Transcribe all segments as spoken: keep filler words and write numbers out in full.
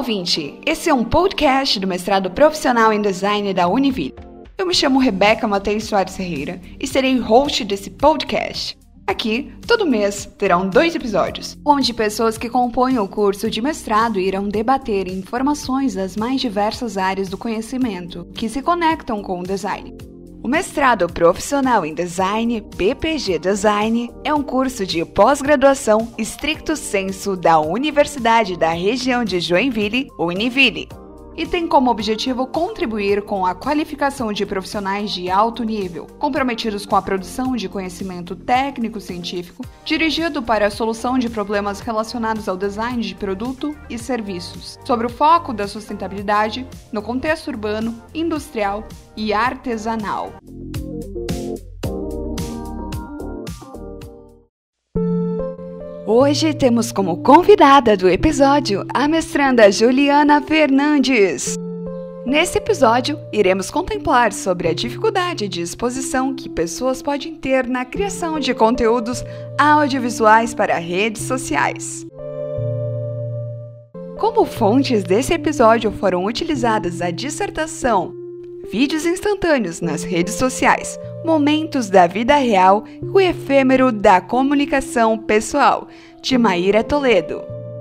ouvinte! Esse é um podcast do mestrado profissional em design da Univille. Eu me chamo Rebeca Matheus Soares Ferreira e serei host desse podcast. Aqui, todo mês, terão dois episódios, onde pessoas que compõem o curso de mestrado irão debater informações das mais diversas áreas do conhecimento que se conectam com o design. O mestrado profissional em design, P P G Design, é um curso de pós-graduação stricto sensu da Universidade da Região de Joinville, Univille, e tem como objetivo contribuir com a qualificação de profissionais de alto nível, comprometidos com a produção de conhecimento técnico-científico, dirigido para a solução de problemas relacionados ao design de produto e serviços, sobre o foco da sustentabilidade no contexto urbano, industrial e artesanal. Hoje temos como convidada do episódio a mestranda Juliana Fernandes. Nesse episódio, iremos contemplar sobre a dificuldade de exposição que pessoas podem ter na criação de conteúdos audiovisuais para redes sociais. Como fontes desse episódio foram utilizadas a dissertação, vídeos instantâneos nas redes sociais, momentos da vida real e o efêmero da comunicação pessoal, de Maíra Toledo.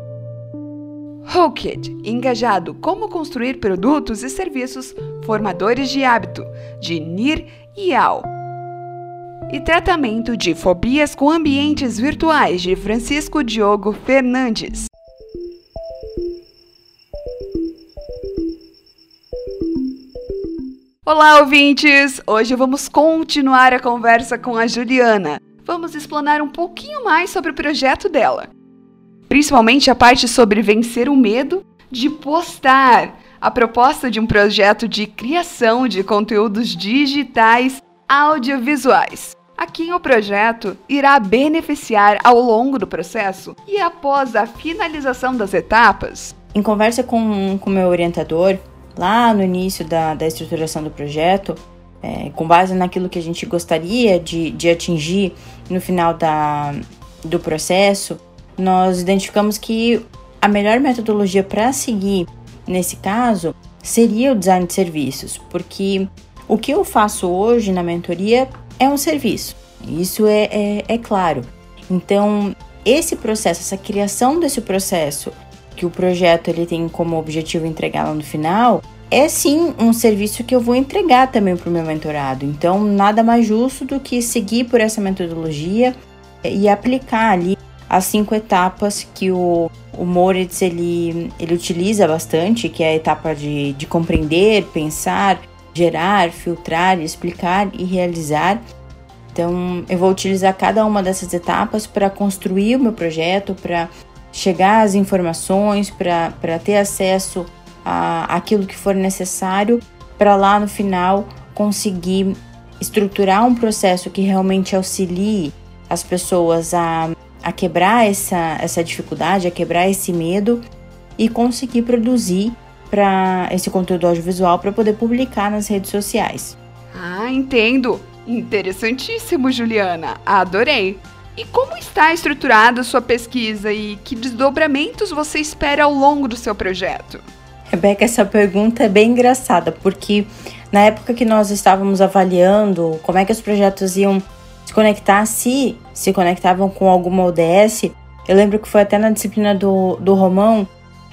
Hooked, engajado como construir produtos e serviços formadores de hábito, de Nir Yao. E tratamento de fobias com ambientes virtuais, de Francisco Diogo Fernandes. Olá, ouvintes! Hoje vamos continuar a conversa com a Juliana. Vamos explanar um pouquinho mais sobre o projeto dela. Principalmente a parte sobre vencer o medo de postar. A proposta de um projeto de criação de conteúdos digitais audiovisuais. A quem o projeto irá beneficiar ao longo do processo e após a finalização das etapas. Em conversa com o meu orientador, lá no início da, da estruturação do projeto, é, com base naquilo que a gente gostaria de, de atingir no final da, do processo, nós identificamos que a melhor metodologia para seguir nesse caso seria o design de serviços, porque o que eu faço hoje na mentoria é um serviço, isso é, é, é claro. Então, esse processo, essa criação desse processo, que o projeto ele tem como objetivo entregar lá no final, é sim um serviço que eu vou entregar também para o meu mentorado. Então, nada mais justo do que seguir por essa metodologia e aplicar ali as cinco etapas que o, o Moritz ele, ele utiliza bastante, que é a etapa de, de compreender, pensar, gerar, filtrar, explicar e realizar. Então, eu vou utilizar cada uma dessas etapas para construir o meu projeto, para chegar às informações, para ter acesso a aquilo que for necessário, para lá no final conseguir estruturar um processo que realmente auxilie as pessoas a, a quebrar essa, essa dificuldade, a quebrar esse medo e conseguir produzir para esse conteúdo audiovisual para poder publicar nas redes sociais. Ah, entendo! Interessantíssimo, Juliana! Adorei! E como está estruturada a sua pesquisa e que desdobramentos você espera ao longo do seu projeto? Rebeca, essa pergunta é bem engraçada, porque na época que nós estávamos avaliando como é que os projetos iam se conectar, se se conectavam com alguma O D S, eu lembro que foi até na disciplina do, do Romão,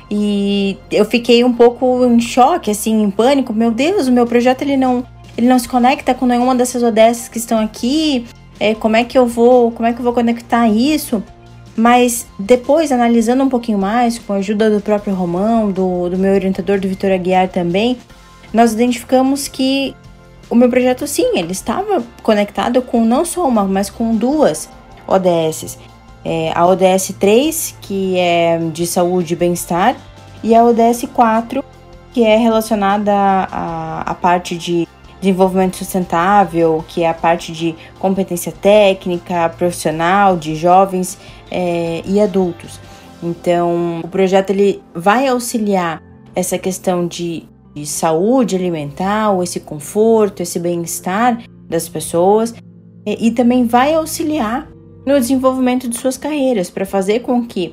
e eu fiquei um pouco em choque, assim, em pânico. Meu Deus, o meu projeto ele não, ele não se conecta com nenhuma dessas O D S que estão aqui. É, como é que eu vou, como é que eu vou conectar isso? Mas depois, analisando um pouquinho mais, com a ajuda do próprio Romão, do, do meu orientador, do Vitor Aguiar também, nós identificamos que o meu projeto, sim, ele estava conectado com não só uma, mas com duas O D S. É, a O D S três, que é de saúde e bem-estar, e a O D S quatro, que é relacionada à parte de desenvolvimento sustentável, que é a parte de competência técnica, profissional, de jovens é, e adultos. Então, o projeto ele vai auxiliar essa questão de, de saúde alimentar, esse conforto, esse bem-estar das pessoas, e, e também vai auxiliar no desenvolvimento de suas carreiras, para fazer com que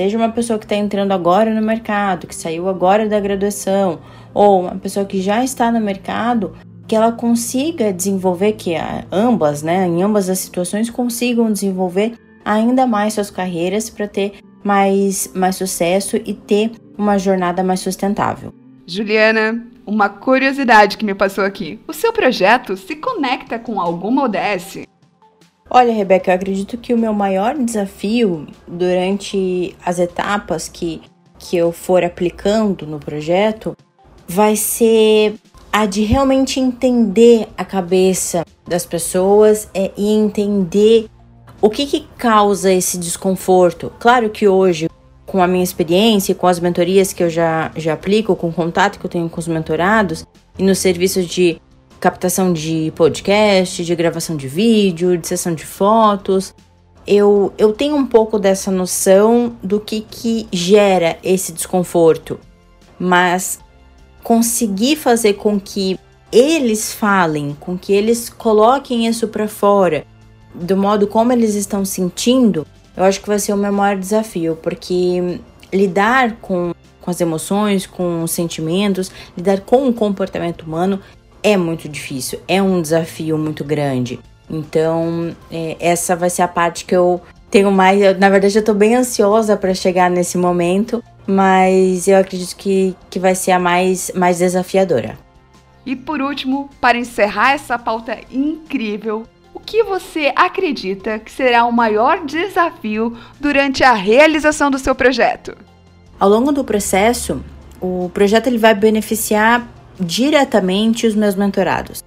seja uma pessoa que está entrando agora no mercado, que saiu agora da graduação, ou uma pessoa que já está no mercado, que ela consiga desenvolver, que ambas, né, em ambas as situações, consigam desenvolver ainda mais suas carreiras para ter mais, mais sucesso e ter uma jornada mais sustentável. Juliana, uma curiosidade que me passou aqui. O seu projeto se conecta com alguma O D S? Olha, Rebeca, eu acredito que o meu maior desafio durante as etapas que, que eu for aplicando no projeto vai ser a de realmente entender a cabeça das pessoas é, e entender o que, que causa esse desconforto. Claro que hoje, com a minha experiência, com as mentorias que eu já, já aplico, com o contato que eu tenho com os mentorados e nos serviços de captação de podcast, de gravação de vídeo, de sessão de fotos, eu, eu tenho um pouco dessa noção do que, que gera esse desconforto, mas conseguir fazer com que eles falem, com que eles coloquem isso para fora, do modo como eles estão sentindo, eu acho que vai ser o meu maior desafio, porque lidar com, com as emoções, com os sentimentos, lidar com o comportamento humano é muito difícil, é um desafio muito grande. Então, é, essa vai ser a parte que eu tenho mais... Eu, na verdade, eu tô bem ansiosa para chegar nesse momento, mas eu acredito que, que vai ser a mais, mais desafiadora. E por último, para encerrar essa pauta incrível, o que você acredita que será o maior desafio durante a realização do seu projeto? Ao longo do processo, o projeto ele vai beneficiar diretamente os meus mentorados,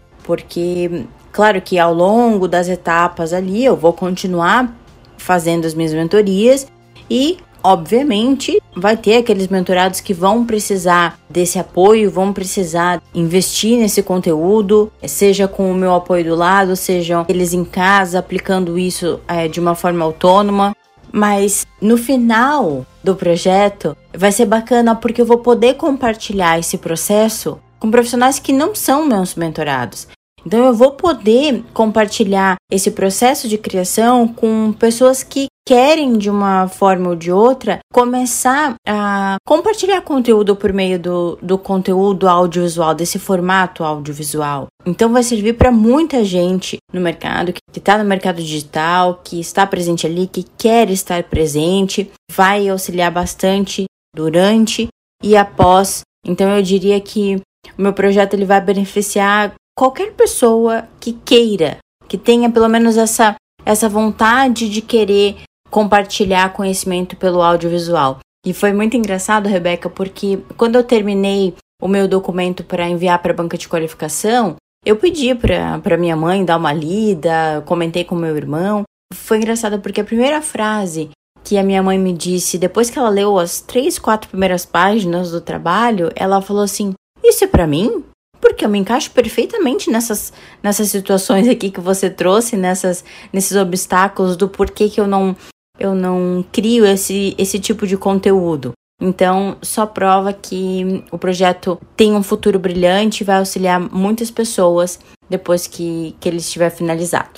porque, claro que ao longo das etapas ali, eu vou continuar fazendo as minhas mentorias e, obviamente, vai ter aqueles mentorados que vão precisar desse apoio, vão precisar investir nesse conteúdo, seja com o meu apoio do lado, sejam eles em casa aplicando isso é, de uma forma autônoma. Mas no final do projeto vai ser bacana porque eu vou poder compartilhar esse processo com profissionais que não são meus mentorados. Então eu vou poder compartilhar esse processo de criação com pessoas que querem, de uma forma ou de outra, começar a compartilhar conteúdo por meio do, do conteúdo audiovisual, desse formato audiovisual. Então vai servir para muita gente no mercado, que está no mercado digital, que está presente ali, que quer estar presente, vai auxiliar bastante durante e após. Então eu diria que o meu projeto ele vai beneficiar qualquer pessoa que queira, que tenha pelo menos essa, essa vontade de querer compartilhar conhecimento pelo audiovisual. E foi muito engraçado, Rebeca, porque quando eu terminei o meu documento para enviar para a banca de qualificação, eu pedi para minha mãe dar uma lida, comentei com meu irmão. Foi engraçado porque a primeira frase que a minha mãe me disse, depois que ela leu as três, quatro primeiras páginas do trabalho, ela falou assim: "Isso é para mim? Porque eu me encaixo perfeitamente nessas, nessas situações aqui que você trouxe, nessas, nesses obstáculos do porquê que eu não, eu não crio esse, esse tipo de conteúdo." Então, só prova que o projeto tem um futuro brilhante e vai auxiliar muitas pessoas depois que, que ele estiver finalizado.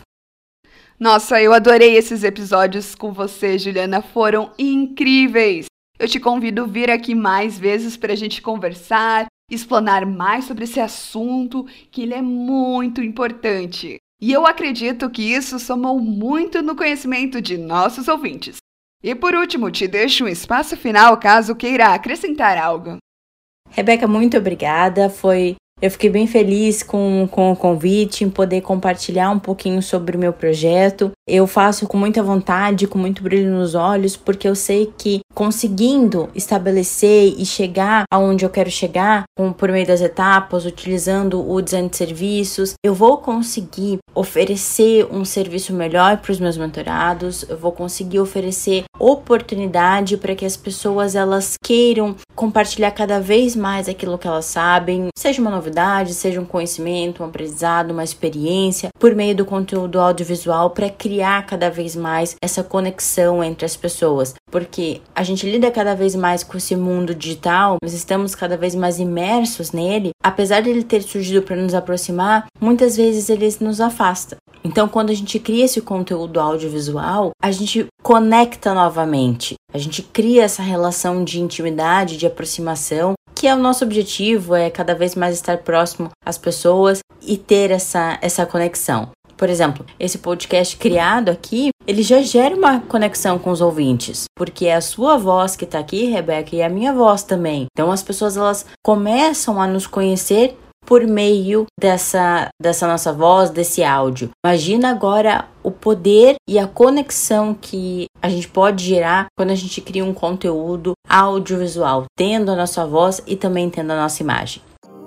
Nossa, eu adorei esses episódios com você, Juliana, foram incríveis! Eu te convido a vir aqui mais vezes para a gente conversar, explanar mais sobre esse assunto, que ele é muito importante. E eu acredito que isso somou muito no conhecimento de nossos ouvintes. E por último, te deixo um espaço final caso queira acrescentar algo. Rebeca, muito obrigada. Foi... Eu fiquei bem feliz com, com o convite, em poder compartilhar um pouquinho sobre o meu projeto. Eu faço com muita vontade, com muito brilho nos olhos, porque eu sei que conseguindo estabelecer e chegar aonde eu quero chegar, com, por meio das etapas, utilizando o design de serviços, eu vou conseguir oferecer um serviço melhor para os meus mentorados, eu vou conseguir oferecer oportunidade para que as pessoas elas queiram compartilhar cada vez mais aquilo que elas sabem, seja uma novidade, seja um conhecimento, um aprendizado, uma experiência, por meio do conteúdo audiovisual para criar cada vez mais essa conexão entre as pessoas, porque a gente lida cada vez mais com esse mundo digital, nós estamos cada vez mais imersos nele, apesar de ele ter surgido para nos aproximar, muitas vezes ele nos afasta. Então, quando a gente cria esse conteúdo audiovisual, a gente conecta novamente. A gente cria essa relação de intimidade, de aproximação, que é o nosso objetivo, é cada vez mais estar próximo às pessoas e ter essa, essa conexão. Por exemplo, esse podcast criado aqui, ele já gera uma conexão com os ouvintes, porque é a sua voz que está aqui, Rebeca, e a minha voz também. Então, as pessoas elas começam a nos conhecer por meio dessa, dessa nossa voz, desse áudio. Imagina agora o poder e a conexão que a gente pode gerar quando a gente cria um conteúdo audiovisual, tendo a nossa voz e também tendo a nossa imagem.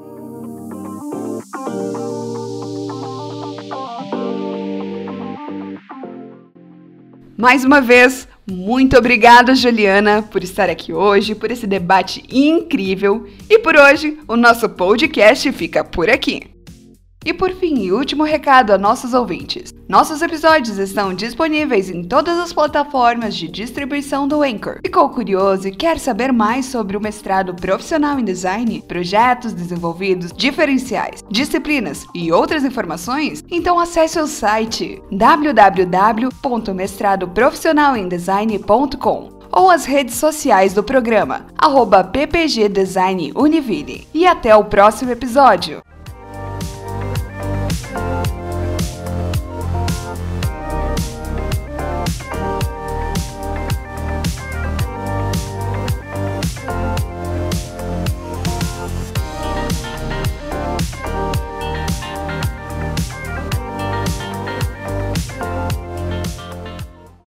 Mais uma vez, muito obrigada, Juliana, por estar aqui hoje, por esse debate incrível. E por hoje, o nosso podcast fica por aqui. E por fim, último recado a nossos ouvintes. Nossos episódios estão disponíveis em todas as plataformas de distribuição do Anchor. Ficou curioso e quer saber mais sobre o mestrado profissional em design, projetos desenvolvidos, diferenciais, disciplinas e outras informações? Então acesse o site w w w ponto mestrado profissional em design ponto com ou as redes sociais do programa, arroba ppg design univille. E até o próximo episódio!